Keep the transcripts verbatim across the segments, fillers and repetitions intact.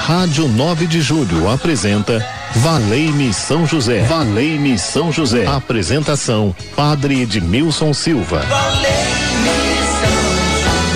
Rádio nove de Julho apresenta Valei-me São José. Valei-me São José. Apresentação: Padre Edmilson Silva. Valei-me São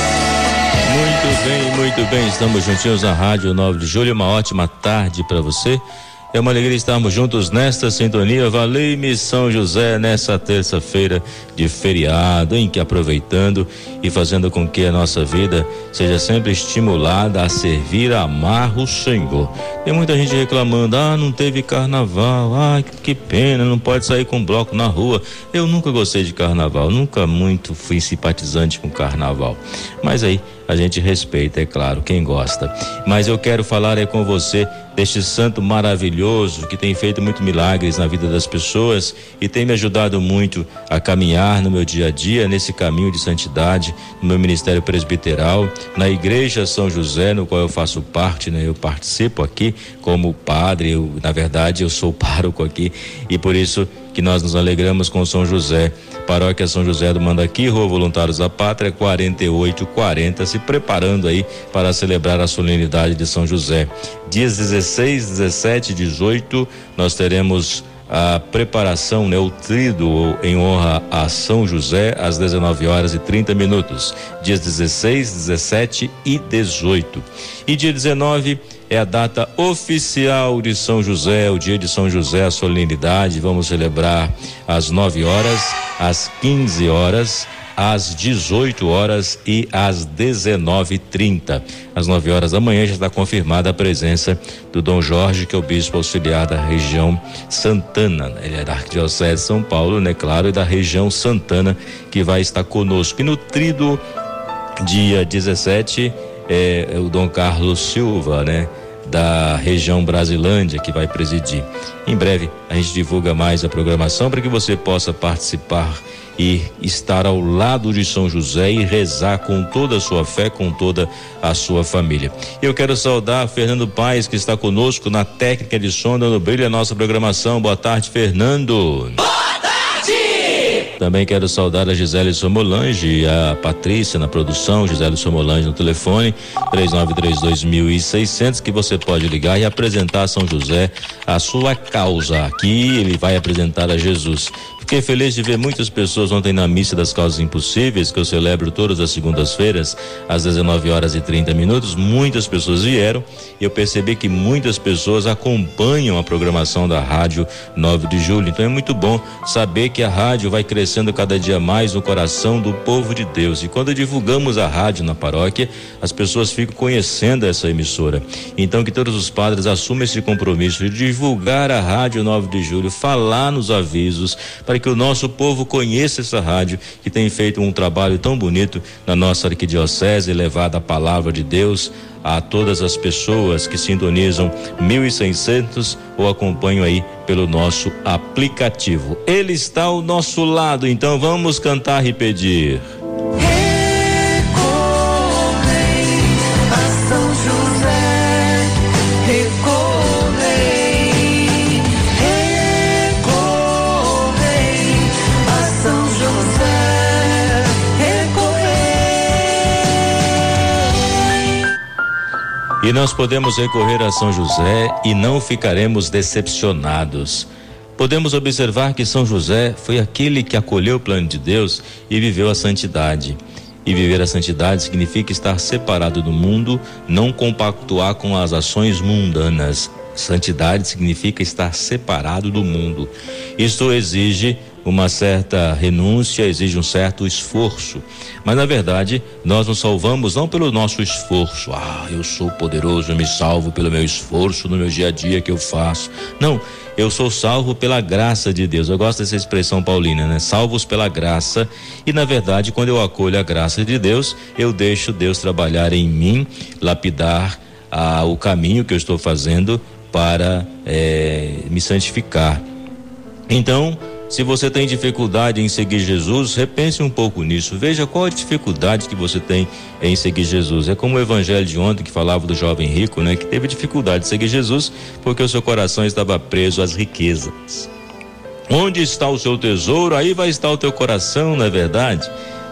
José. Muito bem, muito bem. Estamos juntinhos na Rádio nove de Julho. Uma ótima tarde para você. É uma alegria estarmos juntos nesta sintonia. Valei-me São José, nessa terça-feira de feriado, em que aproveitando e fazendo com que a nossa vida seja sempre estimulada a servir, a amar o Senhor. Tem muita gente reclamando: ah, não teve carnaval, ah, que pena, não pode sair com bloco na rua. Eu nunca gostei de carnaval, nunca muito fui simpatizante com carnaval. Mas aí a gente respeita, é claro, quem gosta. Mas eu quero falar é com você deste santo maravilhoso que tem feito muito milagres na vida das pessoas e tem me ajudado muito a caminhar no meu dia a dia, nesse caminho de santidade, no meu ministério presbiteral, na Igreja São José, no qual eu faço parte, né? Eu participo aqui como padre, eu, na verdade eu sou pároco aqui, e por isso que nós nos alegramos com São José. Paróquia São José do Mandaqui, Rua Voluntários da Pátria, quarenta e oito quarenta, se preparando aí para celebrar a solenidade de São José. Dias dezesseis, dezessete e dezoito, nós teremos a preparação, né, o tríduo em honra a São José, às dezenove horas e trinta minutos. Dias dezesseis, dezessete e dezoito. E dia dezenove é a data oficial de São José, o dia de São José, a solenidade. Vamos celebrar às nove horas, às quinze horas, às dezoito horas e às dezenove e trinta. Às nove horas da manhã já está confirmada a presença do Dom Jorge, que é o bispo auxiliar da região Santana. Ele é da Arquidiocese de São Paulo, né? Claro, e da região Santana, que vai estar conosco. E no tríduo, dia dezessete, é, é o Dom Carlos Silva, né? Da região Brasilândia, que vai presidir. Em breve a gente divulga mais a programação para que você possa participar e estar ao lado de São José e rezar com toda a sua fé, com toda a sua família. Eu quero saudar Fernando Paes, que está conosco na técnica de som, dando brilho à nossa programação. Boa tarde, Fernando. Boa tarde! Também quero saudar a Gisele Somolange e a Patrícia na produção, Gisele Somolange no telefone três nove três dois mil e seiscentos, que você pode ligar e apresentar a São José a sua causa. Aqui ele vai apresentar a Jesus. Fiquei feliz de ver muitas pessoas ontem na missa das causas impossíveis, que eu celebro todas as segundas-feiras, às dezenove horas e trinta minutos. Muitas pessoas vieram e eu percebi que muitas pessoas acompanham a programação da Rádio nove de Julho. Então é muito bom saber que a rádio vai crescendo cada dia mais no coração do povo de Deus. E quando divulgamos a rádio na paróquia, as pessoas ficam conhecendo essa emissora. Então que todos os padres assumam esse compromisso de divulgar a Rádio nove de Julho, falar nos avisos, para que o nosso povo conheça essa rádio, que tem feito um trabalho tão bonito na nossa arquidiocese, levado a palavra de Deus a todas as pessoas que sintonizam mil e seiscentos ou acompanham aí pelo nosso aplicativo. Ele está ao nosso lado, então vamos cantar e pedir. E nós podemos recorrer a São José e não ficaremos decepcionados. Podemos observar que São José foi aquele que acolheu o plano de Deus e viveu a santidade. E viver a santidade significa estar separado do mundo, não compactuar com as ações mundanas. Santidade significa estar separado do mundo. Isto exige uma certa renúncia, exige um certo esforço. Mas na verdade, nós nos salvamos não pelo nosso esforço. Ah, eu sou poderoso, eu me salvo pelo meu esforço no meu dia a dia que eu faço. Não, eu sou salvo pela graça de Deus. Eu gosto dessa expressão paulina, né? Salvos pela graça. E na verdade, quando eu acolho a graça de Deus, eu deixo Deus trabalhar em mim, lapidar ah, o caminho que eu estou fazendo para eh, me santificar. Então, se você tem dificuldade em seguir Jesus, repense um pouco nisso. Veja qual a dificuldade que você tem em seguir Jesus. É como o evangelho de ontem que falava do jovem rico, né? Que teve dificuldade de seguir Jesus porque o seu coração estava preso às riquezas. Onde está o seu tesouro, aí vai estar o teu coração, não é verdade?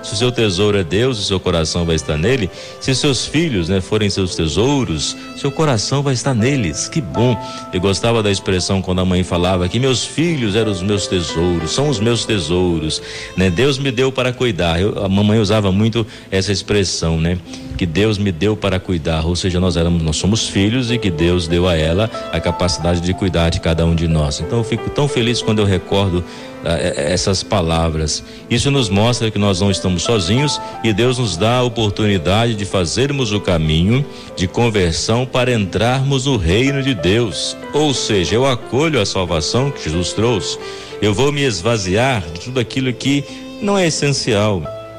Se o seu tesouro é Deus, o seu coração vai estar nele. Se seus filhos, né, forem seus tesouros, seu coração vai estar neles. Que bom. Eu gostava da expressão quando a mãe falava que meus filhos eram os meus tesouros, são os meus tesouros, né? Deus me deu para cuidar. Eu, a mamãe usava muito essa expressão, né? Que Deus me deu para cuidar, ou seja, nós éramos, nós somos filhos e que Deus deu a ela a capacidade de cuidar de cada um de nós. Então eu fico tão feliz quando eu recordo ah, essas palavras. Isso nos mostra que nós não estamos sozinhos e Deus nos dá a oportunidade de fazermos o caminho de conversão para entrarmos no reino de Deus. Ou seja, eu acolho a salvação que Jesus trouxe. Eu vou me esvaziar de tudo aquilo que não é essencial.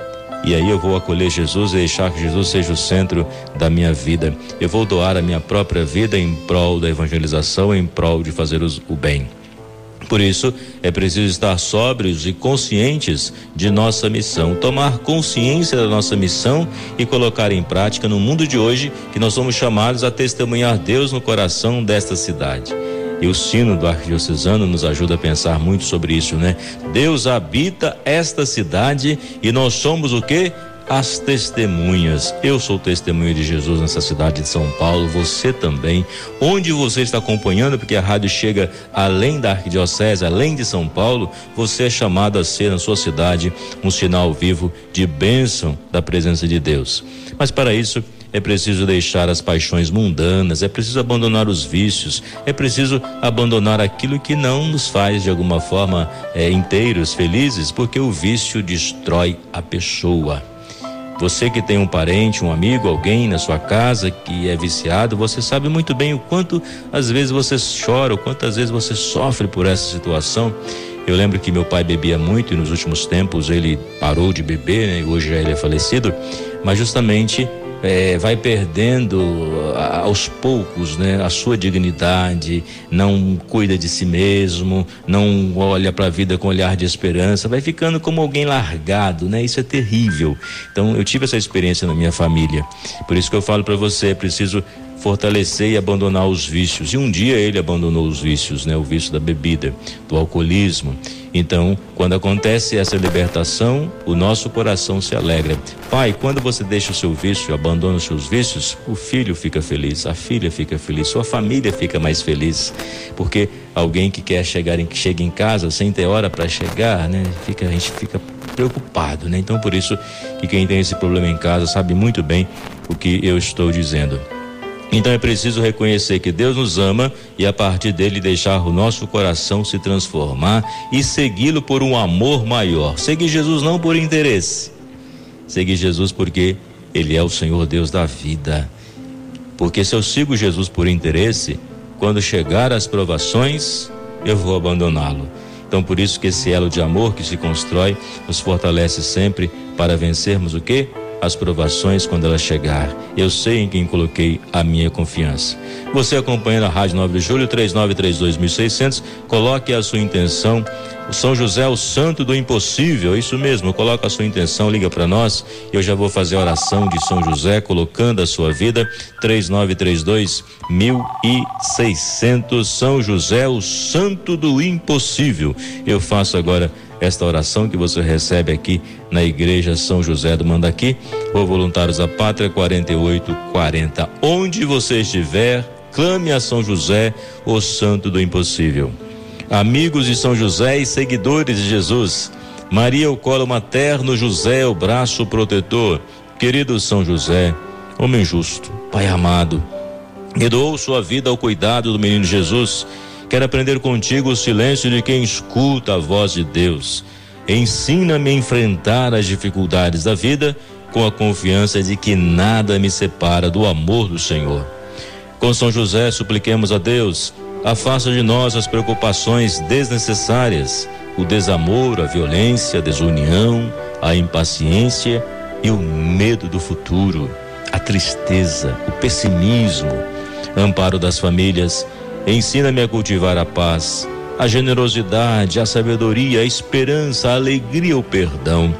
E aí eu vou acolher Jesus e deixar que Jesus seja o centro da minha vida. Eu vou doar a minha própria vida em prol da evangelização, em prol de fazer os, o bem. Por isso, é preciso estar sóbrios e conscientes de nossa missão, tomar consciência da nossa missão e colocar em prática no mundo de hoje, que nós somos chamados a testemunhar Deus no coração desta cidade. E o sino do arquidiocesano nos ajuda a pensar muito sobre isso, né? Deus habita esta cidade e nós somos o quê? As testemunhas. Eu sou testemunha de Jesus nessa cidade de São Paulo, você também. Onde você está acompanhando, porque a rádio chega além da arquidiocese, além de São Paulo, você é chamado a ser na sua cidade um sinal vivo de bênção da presença de Deus. Mas para isso é preciso deixar as paixões mundanas, é preciso abandonar os vícios, é preciso abandonar aquilo que não nos faz de alguma forma é, inteiros, felizes, porque o vício destrói a pessoa. Você que tem um parente, um amigo, alguém na sua casa que é viciado, você sabe muito bem o quanto às vezes você chora, o quanto às vezes você sofre por essa situação. Eu lembro que meu pai bebia muito e nos últimos tempos ele parou de beber, né? Hoje já ele é falecido, mas justamente É, vai perdendo a, aos poucos, né, a sua dignidade, não cuida de si mesmo, não olha para a vida com olhar de esperança, vai ficando como alguém largado, né? Isso é terrível. Então eu tive essa experiência na minha família, por isso que eu falo para você, é preciso fortalecer e abandonar os vícios. E um dia ele abandonou os vícios, né? O vício da bebida, do alcoolismo. Então, quando acontece essa libertação, o nosso coração se alegra. Pai, quando você deixa o seu vício, abandona os seus vícios, o filho fica feliz, a filha fica feliz, sua família fica mais feliz, porque alguém que quer chegar em, que chega em casa sem ter hora para chegar, né? Fica, a gente fica preocupado, né? Então, por isso que quem tem esse problema em casa sabe muito bem o que eu estou dizendo. Então é preciso reconhecer que Deus nos ama e a partir dele deixar o nosso coração se transformar e segui-lo por um amor maior. Seguir Jesus não por interesse, seguir Jesus porque ele é o Senhor Deus da vida. Porque se eu sigo Jesus por interesse, quando chegar as provações, eu vou abandoná-lo. Então por isso que esse elo de amor que se constrói nos fortalece sempre para vencermos o quê? As provações quando ela chegar. Eu sei em quem coloquei a minha confiança. Você acompanhando a Rádio nove de Julho, três nove três dois mil e seiscentos, coloque a sua intenção. O São José, o santo do impossível, isso mesmo, coloca a sua intenção, liga para nós. Eu já vou fazer a oração de São José, colocando a sua vida. Três nove três dois mil e seiscentos, São José, o santo do impossível. Eu faço agora esta oração que você recebe aqui na Igreja São José do Mandaqui, ou Voluntários da Pátria, quarenta e oito quarenta. Onde você estiver, clame a São José, o santo do impossível. Amigos de São José e seguidores de Jesus, Maria o colo materno, José o braço protetor. Querido São José, homem justo, Pai amado, que doou sua vida ao cuidado do menino Jesus, quero aprender contigo o silêncio de quem escuta a voz de Deus. Ensina-me a enfrentar as dificuldades da vida com a confiança de que nada me separa do amor do Senhor. Com São José, supliquemos a Deus, afasta de nós as preocupações desnecessárias, o desamor, a violência, a desunião, a impaciência e o medo do futuro, a tristeza, o pessimismo. Amparo das famílias, ensina-me a cultivar a paz, a generosidade, a sabedoria, a esperança, a alegria, o perdão.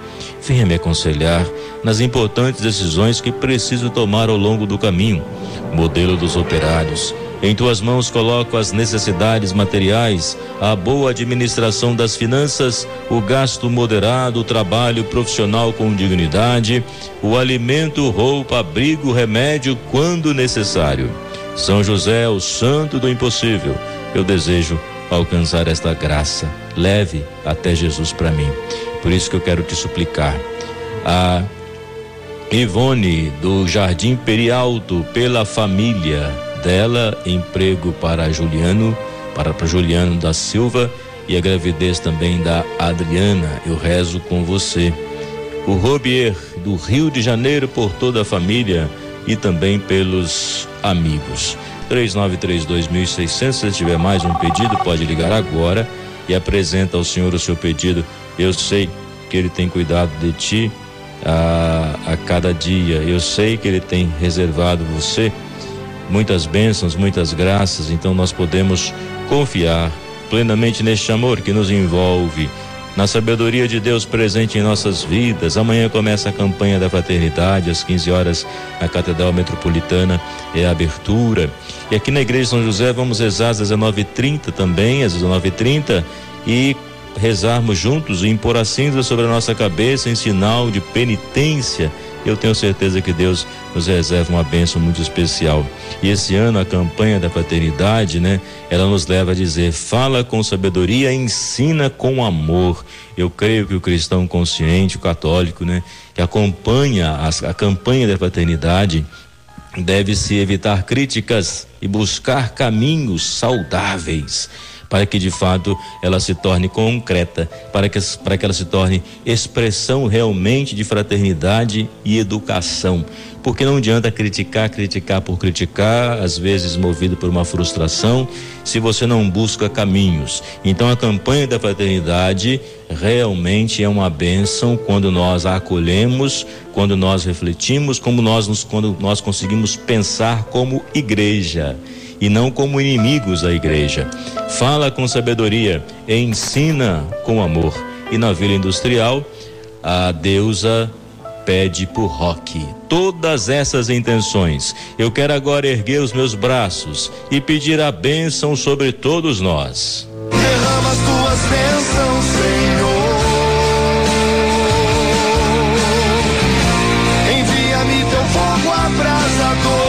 venha me aconselhar nas importantes decisões que preciso tomar ao longo do caminho. Modelo dos operários. Em tuas mãos coloco as necessidades materiais, a boa administração das finanças, o gasto moderado, o trabalho profissional com dignidade, o alimento, roupa, abrigo, remédio quando necessário. São José, o santo do impossível, eu desejo alcançar esta graça. Leve até Jesus para mim. Por isso que eu quero te suplicar. A Ivone do Jardim Perialto, pela família dela, emprego para Juliano, para, para Juliano da Silva, e a gravidez também da Adriana, eu rezo com você. O Robier do Rio de Janeiro, por toda a família e também pelos amigos. três nove três dois mil e seiscentos, se tiver mais um pedido, pode ligar agora e apresenta ao Senhor o seu pedido. Eu sei que Ele tem cuidado de ti a, a cada dia, eu sei que Ele tem reservado você muitas bênçãos, muitas graças, então nós podemos confiar plenamente neste amor que nos envolve, na sabedoria de Deus presente em nossas vidas. Amanhã começa a campanha da fraternidade, às quinze horas, na Catedral Metropolitana, é a abertura. E aqui na Igreja de São José vamos rezar às dezenove e trinta também, às dezenove e trinta, e rezarmos juntos e impor a cinza sobre a nossa cabeça em sinal de penitência. Eu tenho certeza que Deus nos reserva uma bênção muito especial. E esse ano a campanha da fraternidade, né? Ela nos leva a dizer: fala com sabedoria, ensina com amor. Eu creio que o cristão consciente, o católico, né? Que acompanha a, a campanha da fraternidade, deve-se evitar críticas e buscar caminhos saudáveis, para que de fato ela se torne concreta, para que, para que ela se torne expressão realmente de fraternidade e educação. Porque não adianta criticar, criticar por criticar, às vezes movido por uma frustração, se você não busca caminhos. Então a campanha da fraternidade realmente é uma bênção quando nós a acolhemos, quando nós refletimos, como nós nos, quando nós conseguimos pensar como igreja e não como inimigos da igreja. Fala com sabedoria, ensina com amor. E na Vila Industrial, a deusa pede por rock. Todas essas intenções, eu quero agora erguer os meus braços e pedir a bênção sobre todos nós. Derrama as tuas bênçãos, Senhor. Envia-me teu fogo abrasador.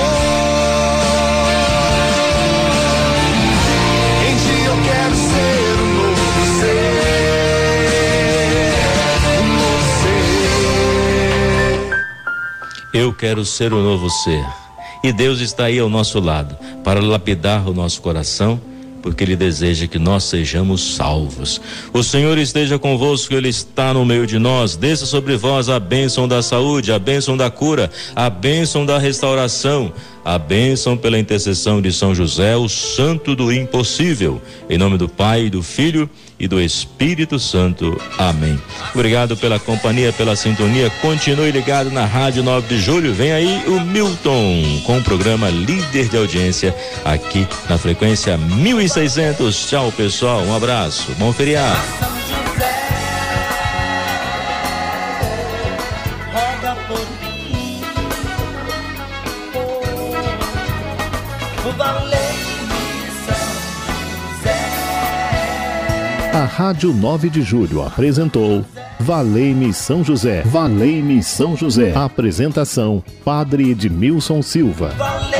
Eu quero ser o novo ser. E Deus está aí ao nosso lado para lapidar o nosso coração, porque Ele deseja que nós sejamos salvos. O Senhor esteja convosco, Ele está no meio de nós. Desça sobre vós a bênção da saúde, a bênção da cura, a bênção da restauração, a bênção pela intercessão de São José, o santo do impossível. Em nome do Pai, do Filho e do Espírito Santo. Amém. Obrigado pela companhia, pela sintonia. Continue ligado na Rádio nove de Julho. Vem aí o Milton com o programa Líder de Audiência aqui na frequência mil e seiscentos. Tchau, pessoal. Um abraço. Bom feriado. A Rádio nove de Julho apresentou Valei-me São José. Valei-me São José. Apresentação: Padre Edmilson Silva.